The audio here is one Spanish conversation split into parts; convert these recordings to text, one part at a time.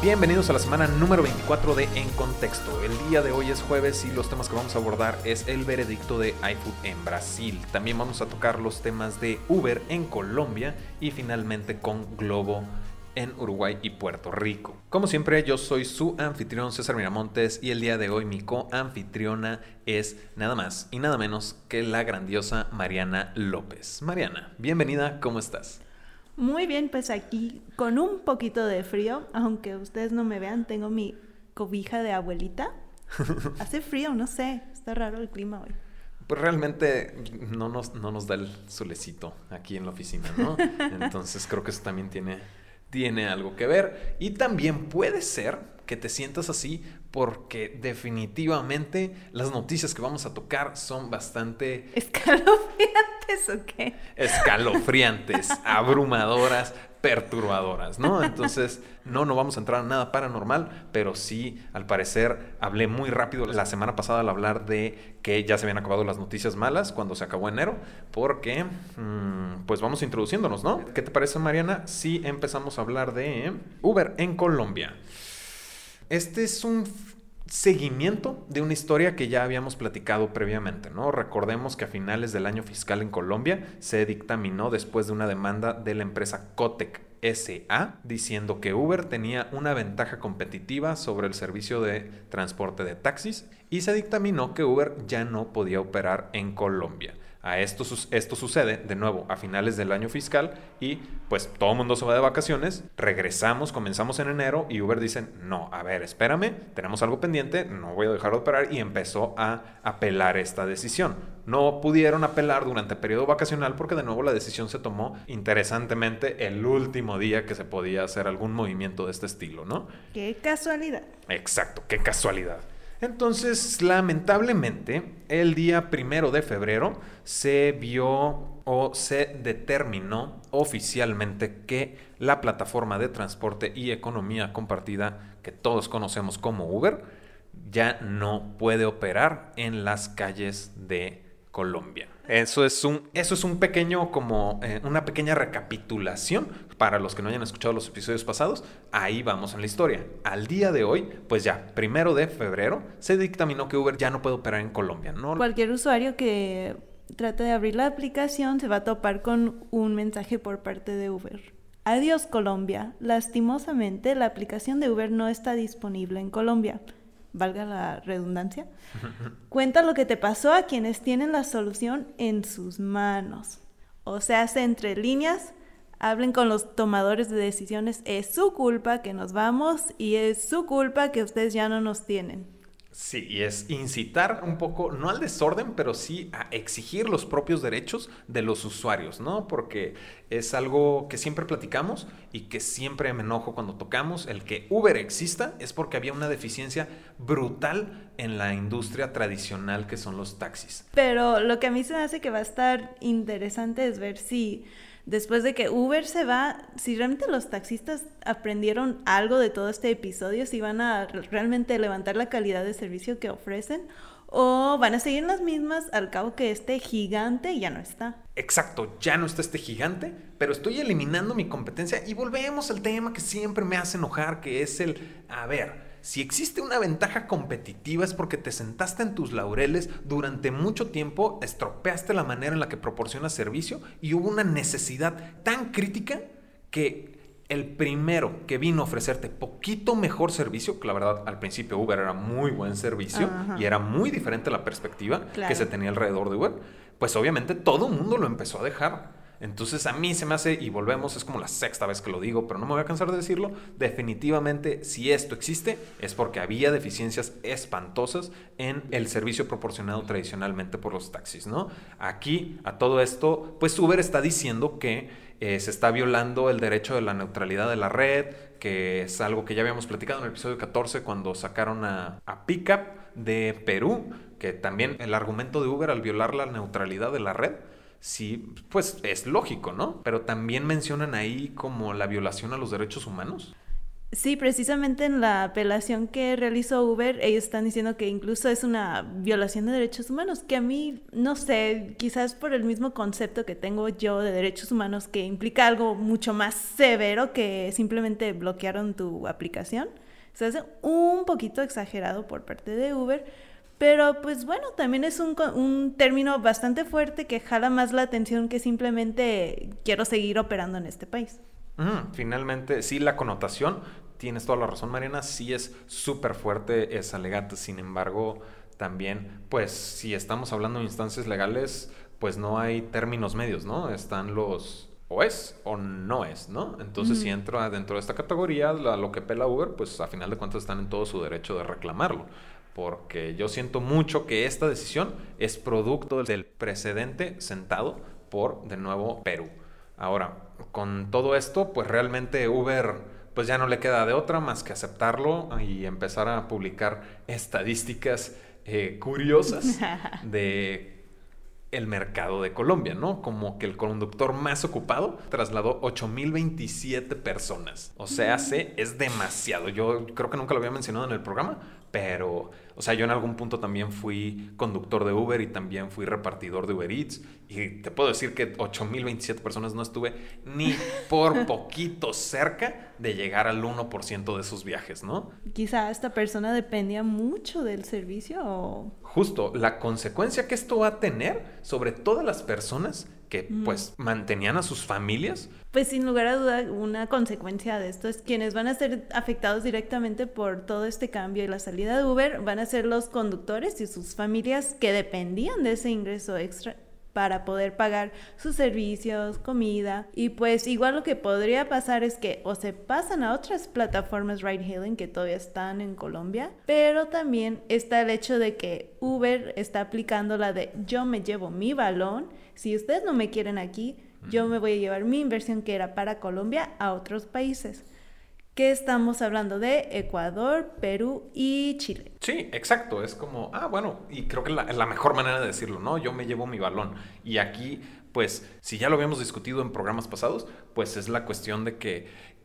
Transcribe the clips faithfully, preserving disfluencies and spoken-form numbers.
Bienvenidos a la semana número veinticuatro de En Contexto. El día de hoy es jueves y los temas que vamos a abordar es el veredicto de iFood en Brasil. También vamos a tocar los temas de Uber en Colombia y finalmente con Globo en Uruguay y Puerto Rico. Como siempre, yo soy su anfitrión César Miramontes y el día de hoy mi co-anfitriona es nada más y nada menos que la grandiosa Mariana López. Mariana, bienvenida, ¿cómo estás? Muy bien, pues aquí con un poquito de frío, aunque ustedes no me vean, tengo mi cobija de abuelita. Hace frío, no sé, está raro el clima hoy. Pues realmente no nos, no nos da el solecito aquí en la oficina, ¿no? Entonces creo que eso también tiene, tiene algo que ver. Y también puede ser que te sientas así porque definitivamente las noticias que vamos a tocar son bastante... ¿Escalofriantes o qué? Escalofriantes, abrumadoras, perturbadoras, ¿no? Entonces, no, no vamos a entrar en nada paranormal, pero sí, al parecer, hablé muy rápido la semana pasada al hablar de que ya se habían acabado las noticias malas cuando se acabó enero, porque, mmm, pues vamos introduciéndonos, ¿no? ¿Qué te parece, Mariana, si empezamos a hablar de Uber en Colombia? Este es un seguimiento de una historia que ya habíamos platicado previamente, ¿no? Recordemos que a finales del año fiscal en Colombia se dictaminó después de una demanda de la empresa Cotec S A diciendo que Uber tenía una ventaja competitiva sobre el servicio de transporte de taxis y se dictaminó que Uber ya no podía operar en Colombia. A esto, esto sucede de nuevo a finales del año fiscal y pues todo el mundo se va de vacaciones, regresamos, comenzamos en enero y Uber dice, no, a ver, espérame, tenemos algo pendiente, no voy a dejar de operar y empezó a apelar esta decisión. No pudieron apelar durante el periodo vacacional porque de nuevo la decisión se tomó interesantemente el último día que se podía hacer algún movimiento de este estilo, ¿no? ¡Qué casualidad! Exacto, qué casualidad. Entonces, lamentablemente, el día primero de febrero se vio o se determinó oficialmente que la plataforma de transporte y economía compartida que todos conocemos como Uber ya no puede operar en las calles de Colombia. Eso es un, eso es un pequeño, como eh, una pequeña recapitulación para los que no hayan escuchado los episodios pasados. Ahí vamos en la historia. Al día de hoy, pues ya, primero de febrero, se dictaminó que Uber ya no puede operar en Colombia, ¿no? Cualquier usuario que trate de abrir la aplicación se va a topar con un mensaje por parte de Uber. Adiós, Colombia. Lastimosamente, la aplicación de Uber no está disponible en Colombia. Valga la redundancia. Cuenta lo que te pasó a quienes tienen la solución en sus manos. O sea, entre líneas, hablen con los tomadores de decisiones. Es su culpa que nos vamos y es su culpa que ustedes ya no nos tienen. Sí, y es incitar un poco, no al desorden, pero sí a exigir los propios derechos de los usuarios, ¿no? Porque es algo que siempre platicamos y que siempre me enojo cuando tocamos. El que Uber exista es porque había una deficiencia brutal en la industria tradicional que son los taxis. Pero lo que a mí se me hace que va a estar interesante es ver si después de que Uber se va, si realmente los taxistas aprendieron algo de todo este episodio, si van a realmente levantar la calidad de servicio que ofrecen o van a seguir las mismas al cabo que este gigante ya no está. Exacto, ya no está este gigante, pero estoy eliminando mi competencia y volvemos al tema que siempre me hace enojar, que es el, a ver, si existe una ventaja competitiva es porque te sentaste en tus laureles durante mucho tiempo, estropeaste la manera en la que proporcionas servicio y hubo una necesidad tan crítica que el primero que vino a ofrecerte poquito mejor servicio, que la verdad al principio Uber era muy buen servicio, ajá, y era muy diferente la perspectiva, claro, que se tenía alrededor de Uber, pues obviamente todo el mundo lo empezó a dejar. Entonces a mí se me hace, y volvemos, es como la sexta vez que lo digo, pero no me voy a cansar de decirlo, definitivamente si esto existe es porque había deficiencias espantosas en el servicio proporcionado tradicionalmente por los taxis, ¿no? Aquí, a todo esto, pues Uber está diciendo que eh, se está violando el derecho de la neutralidad de la red, que es algo que ya habíamos platicado en el episodio catorce cuando sacaron a, a Pickup de Perú, que también el argumento de Uber al violar la neutralidad de la red, sí, pues es lógico, ¿no? Pero también mencionan ahí como la violación a los derechos humanos. Sí, precisamente en la apelación que realizó Uber, ellos están diciendo que incluso es una violación de derechos humanos, que a mí, no sé, quizás por el mismo concepto que tengo yo de derechos humanos, que implica algo mucho más severo que simplemente bloquearon tu aplicación, se hace un poquito exagerado por parte de Uber, pero pues bueno, también es un, un término bastante fuerte que jala más la atención que simplemente quiero seguir operando en este país. Mm, finalmente, sí, la connotación, tienes toda la razón, Mariana, sí es súper fuerte esa alegato. Sin embargo, también, pues, si estamos hablando de instancias legales, pues no hay términos medios, ¿no? Están los o es o no es, ¿no? Entonces, mm. si entra dentro de esta categoría, la, lo que pela Uber, pues a final de cuentas están en todo su derecho de reclamarlo. Porque yo siento mucho que esta decisión es producto del precedente sentado por, de nuevo, Perú. Ahora, con todo esto, pues realmente Uber pues ya no le queda de otra más que aceptarlo y empezar a publicar estadísticas eh, curiosas de el mercado de Colombia, ¿no? Como que el conductor más ocupado trasladó ocho mil veintisiete personas. O sea, se, es demasiado. Yo creo que nunca lo había mencionado en el programa, pero, o sea, yo en algún punto también fui conductor de Uber y también fui repartidor de Uber Eats. Y te puedo decir que ocho mil veintisiete personas no estuve ni por poquito cerca de llegar al uno por ciento de esos viajes, ¿no? Quizá esta persona dependía mucho del servicio o... Justo, la consecuencia que esto va a tener sobre todas las personas que mm. pues mantenían a sus familias. Pues sin lugar a duda una consecuencia de esto es quienes van a ser afectados directamente por todo este cambio y la salida de Uber van a ser los conductores y sus familias que dependían de ese ingreso extra para poder pagar sus servicios, comida. Y pues igual lo que podría pasar es que o se pasan a otras plataformas ride-hailing que todavía están en Colombia, pero también está el hecho de que Uber está aplicando la de yo me llevo mi balón, si ustedes no me quieren aquí, yo me voy a llevar mi inversión que era para Colombia a otros países. Que estamos hablando de Ecuador, Perú y Chile. Sí, exacto. Es como, ah, bueno, y creo que la, es la mejor manera de decirlo, ¿no? Yo me llevo mi balón. Y aquí, pues, si ya lo habíamos discutido en programas pasados, pues es la cuestión de que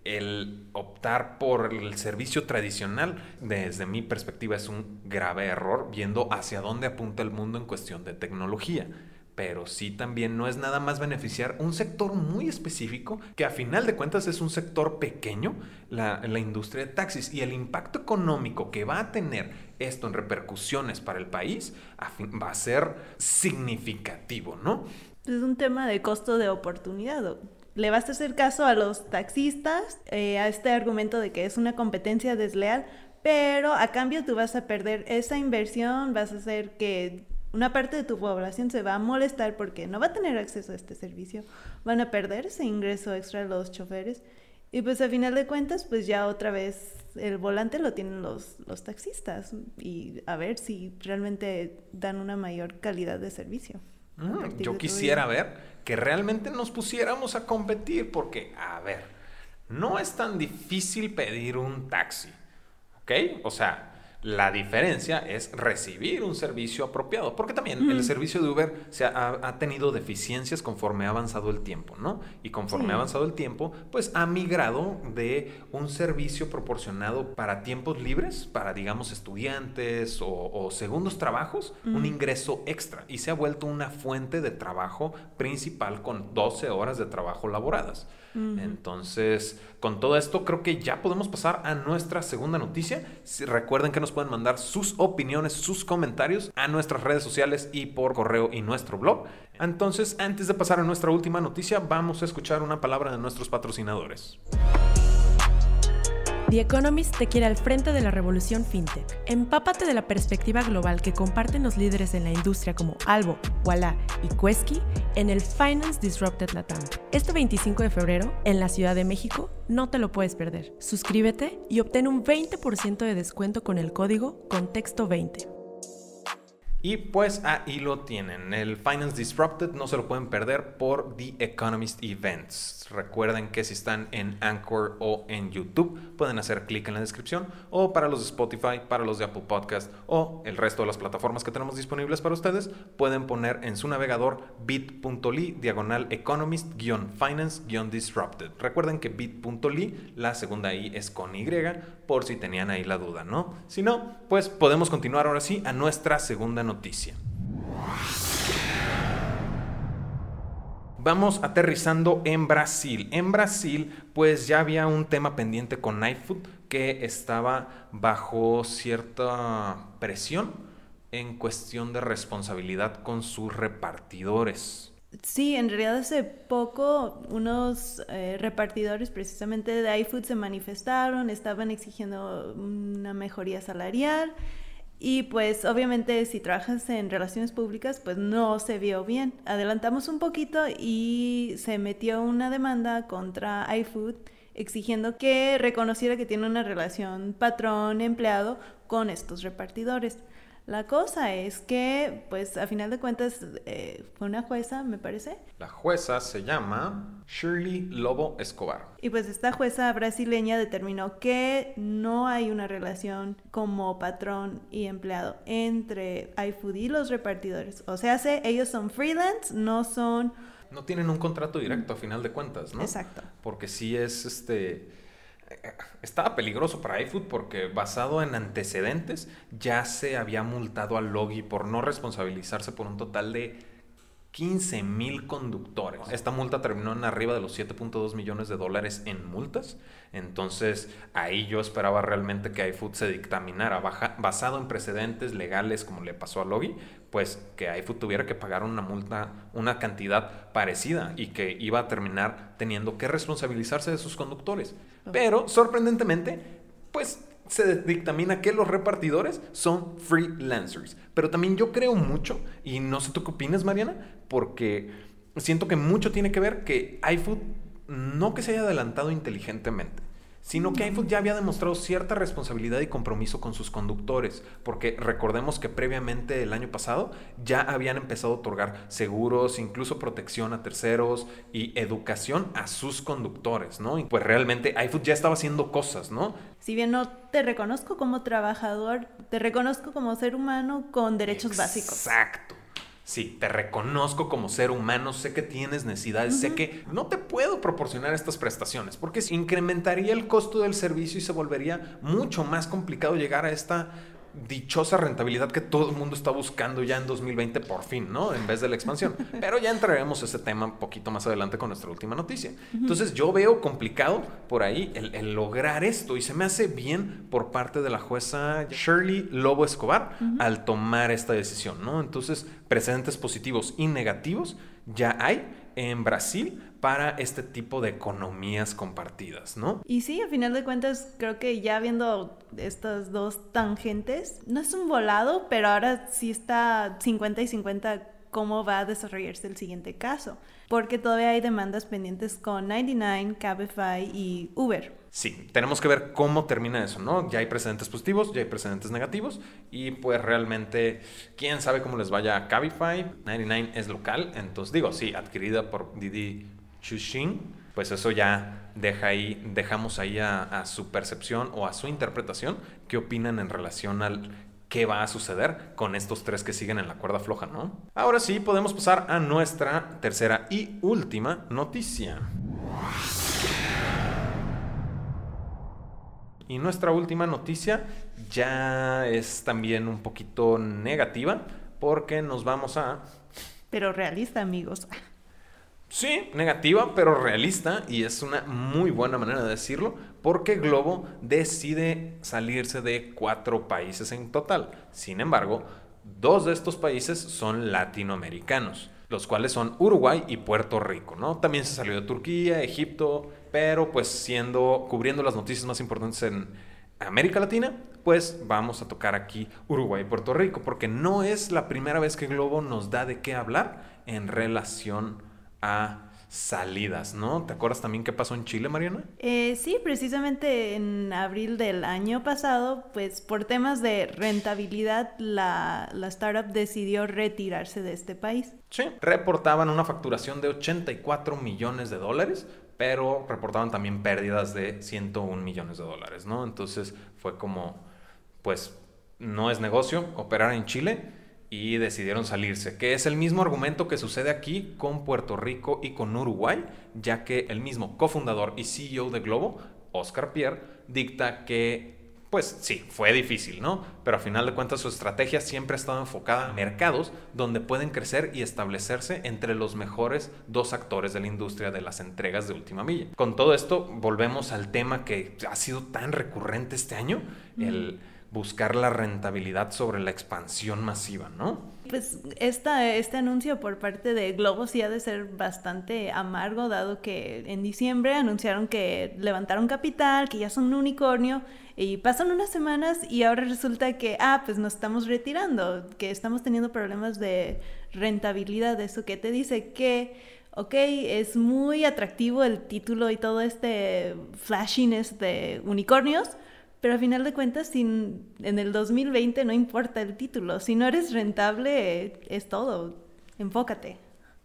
el optar por el servicio tradicional, desde mi perspectiva, es un grave error, viendo hacia dónde apunta el mundo en cuestión de tecnología. Pero sí también no es nada más beneficiar un sector muy específico, que a final de cuentas es un sector pequeño, la, la industria de taxis, y el impacto económico que va a tener esto en repercusiones para el país a fin, va a ser significativo, ¿no? Es un tema de costo de oportunidad. Le vas a hacer caso a los taxistas, eh, a este argumento de que es una competencia desleal, pero a cambio tú vas a perder esa inversión, vas a hacer que una parte de tu población se va a molestar porque no va a tener acceso a este servicio, van a perder ese ingreso extra de los choferes y pues a final de cuentas pues ya otra vez el volante lo tienen los, los taxistas y a ver si realmente dan una mayor calidad de servicio. Mm, yo quisiera ver que realmente nos pusiéramos a competir porque, a ver, no es tan difícil pedir un taxi, ¿ok? O sea... La diferencia es recibir un servicio apropiado, porque también mm. el servicio de Uber se ha, ha tenido deficiencias conforme ha avanzado el tiempo, ¿no? Y conforme sí. ha avanzado el tiempo, pues ha migrado de un servicio proporcionado para tiempos libres, para, digamos, estudiantes o, o segundos trabajos, mm. un ingreso extra, y se ha vuelto una fuente de trabajo principal con doce horas de trabajo laboradas. Mm. Entonces, con todo esto, creo que ya podemos pasar a nuestra segunda noticia. Si, recuerden que nos pueden mandar sus opiniones, sus comentarios a nuestras redes sociales y por correo y nuestro blog. Entonces, antes de pasar a nuestra última noticia, vamos a escuchar una palabra de nuestros patrocinadores. The Economist te quiere al frente de la revolución fintech. Empápate de la perspectiva global que comparten los líderes en la industria como Albo, Ualá y Quesky en el Finance Disrupted Latam. Este veinticinco de febrero, en la Ciudad de México, no te lo puedes perder. Suscríbete y obtén un veinte por ciento de descuento con el código contexto veinte. Y pues ahí lo tienen. El Finance Disrupted no se lo pueden perder por The Economist Events. Recuerden que si están en Anchor o en YouTube pueden hacer clic en la descripción, o para los de Spotify, para los de Apple Podcast o el resto de las plataformas que tenemos disponibles para ustedes, pueden poner en su navegador bit.ly diagonal economist-finance-disrupted. Recuerden que bit.ly, la segunda I es con Y, por si tenían ahí la duda, ¿no? Si no, pues podemos continuar ahora sí a nuestra segunda noticia. Vamos aterrizando en Brasil. En Brasil, pues ya había un tema pendiente con iFood que estaba bajo cierta presión en cuestión de responsabilidad con sus repartidores. Sí, en realidad hace poco unos eh, repartidores precisamente de iFood se manifestaron, estaban exigiendo una mejoría salarial. Y pues obviamente si trabajas en relaciones públicas pues no se vio bien. Adelantamos un poquito y se metió una demanda contra iFood exigiendo que reconociera que tiene una relación patrón-empleado con estos repartidores. La cosa es que, pues, a final de cuentas, eh, fue una jueza, me parece. La jueza se llama Shirley Lobo Escobar. Y pues esta jueza brasileña determinó que no hay una relación como patrón y empleado entre iFood y los repartidores. O sea, ellos son freelance, no son... No tienen un contrato directo a final de cuentas, ¿no? Exacto. Porque sí es, este... Estaba peligroso para iFood porque basado en antecedentes ya se había multado a Logi por no responsabilizarse por un total de quince mil conductores. Esta multa terminó en arriba de los siete punto dos millones de dólares en multas. Entonces ahí yo esperaba realmente que iFood se dictaminara baja, basado en precedentes legales como le pasó a Logi, pues que iFood tuviera que pagar una multa, una cantidad parecida y que iba a terminar teniendo que responsabilizarse de sus conductores. Pero sorprendentemente, pues se dictamina que los repartidores son freelancers. Pero también yo creo mucho, y no sé tú qué opinas, Mariana, porque siento que mucho tiene que ver que iFood, no que se haya adelantado inteligentemente, sino que iFood ya había demostrado cierta responsabilidad y compromiso con sus conductores, porque recordemos que previamente el año pasado ya habían empezado a otorgar seguros, incluso protección a terceros y educación a sus conductores, ¿no? Y pues realmente iFood ya estaba haciendo cosas, ¿no? Si bien no te reconozco como trabajador, te reconozco como ser humano con derechos Exacto. básicos. Exacto. Sí, te reconozco como ser humano, sé que tienes necesidades, uh-huh. sé que no te puedo proporcionar estas prestaciones porque incrementaría el costo del servicio y se volvería mucho más complicado llegar a esta dichosa rentabilidad que todo el mundo está buscando ya en dos mil veinte por fin, ¿no? En vez de la expansión. Pero ya entraremos a ese tema un poquito más adelante con nuestra última noticia. Entonces yo veo complicado por ahí el, el lograr esto y se me hace bien por parte de la jueza Shirley Lobo Escobar uh-huh. al tomar esta decisión, ¿no? Entonces precedentes positivos y negativos ya hay en Brasil para este tipo de economías compartidas, ¿no? Y sí, a final de cuentas, creo que ya viendo estas dos tangentes, no es un volado, pero ahora sí está cincuenta y cincuenta cómo va a desarrollarse el siguiente caso, porque todavía hay demandas pendientes con noventa y nueve, Cabify y Uber. Sí, tenemos que ver cómo termina eso, ¿no? Ya hay precedentes positivos, ya hay precedentes negativos y pues realmente quién sabe cómo les vaya a Cabify. noventa y nueve es local, entonces digo, sí, adquirida por Didi Chuxing, pues eso ya deja ahí, dejamos ahí a, a su percepción o a su interpretación qué opinan en relación al qué va a suceder con estos tres que siguen en la cuerda floja, ¿no? Ahora sí, podemos pasar a nuestra tercera y última noticia. Y nuestra última noticia ya es también un poquito negativa porque nos vamos a... Pero realista, amigos. Sí, negativa, pero realista y es una muy buena manera de decirlo porque Globo decide salirse de cuatro países en total. Sin embargo, dos de estos países son latinoamericanos, los cuales son Uruguay y Puerto Rico, ¿no? También se salió de Turquía, Egipto, pero pues siendo, cubriendo las noticias más importantes en América Latina, pues vamos a tocar aquí Uruguay y Puerto Rico, porque no es la primera vez que Globo nos da de qué hablar en relación a salidas, ¿no? ¿Te acuerdas también qué pasó en Chile, Mariana? Eh, sí, precisamente en abril del año pasado, pues por temas de rentabilidad, la, la startup decidió retirarse de este país. Sí, reportaban una facturación de ochenta y cuatro millones de dólares, pero reportaban también pérdidas de ciento un millones de dólares, ¿no? Entonces fue como, pues, no es negocio operar en Chile y decidieron salirse, que es el mismo argumento que sucede aquí con Puerto Rico y con Uruguay, ya que el mismo cofundador y C E O de Globo, Oscar Pierre, dicta que, pues sí, fue difícil, ¿no? Pero a final de cuentas su estrategia siempre ha estado enfocada a mercados donde pueden crecer y establecerse entre los mejores dos actores de la industria de las entregas de última milla. Con todo esto, volvemos al tema que ha sido tan recurrente este año, mm. el buscar la rentabilidad sobre la expansión masiva, ¿no? Pues esta, este anuncio por parte de Globo sí ha de ser bastante amargo, dado que en diciembre anunciaron que levantaron capital, que ya son un unicornio, y pasan unas semanas y ahora resulta que, ah, pues nos estamos retirando, que estamos teniendo problemas de rentabilidad. Eso que te dice que, ok, es muy atractivo el título y todo este flashiness de unicornios, pero a final de cuentas, si en el dos mil veinte no importa el título. Si no eres rentable, es todo. Enfócate.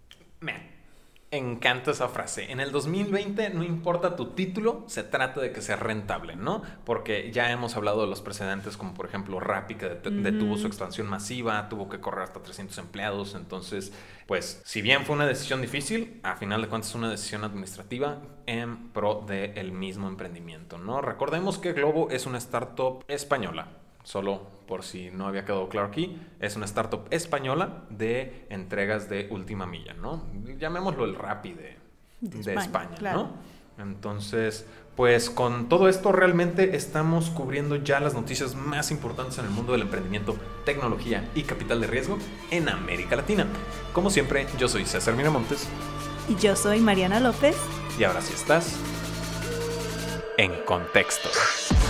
Me encanta esa frase. En el dos mil veinte no importa tu título, se trata de que sea rentable, ¿no? Porque ya hemos hablado de los precedentes, como por ejemplo Rappi, que det- mm. detuvo su expansión masiva, tuvo que correr hasta trescientos empleados. Entonces, pues, si bien fue una decisión difícil, a final de cuentas es una decisión administrativa en pro del mismo emprendimiento, ¿no? Recordemos que Globo es una startup española. Solo por si no había quedado claro aquí, es una startup española de entregas de última milla, ¿no? Llamémoslo el Rappi de, de, de España, España claro. ¿no? Entonces, pues con todo esto realmente estamos cubriendo ya las noticias más importantes en el mundo del emprendimiento, tecnología y capital de riesgo en América Latina. Como siempre, yo soy César Miramontes. Y yo soy Mariana López. Y ahora sí estás en contexto.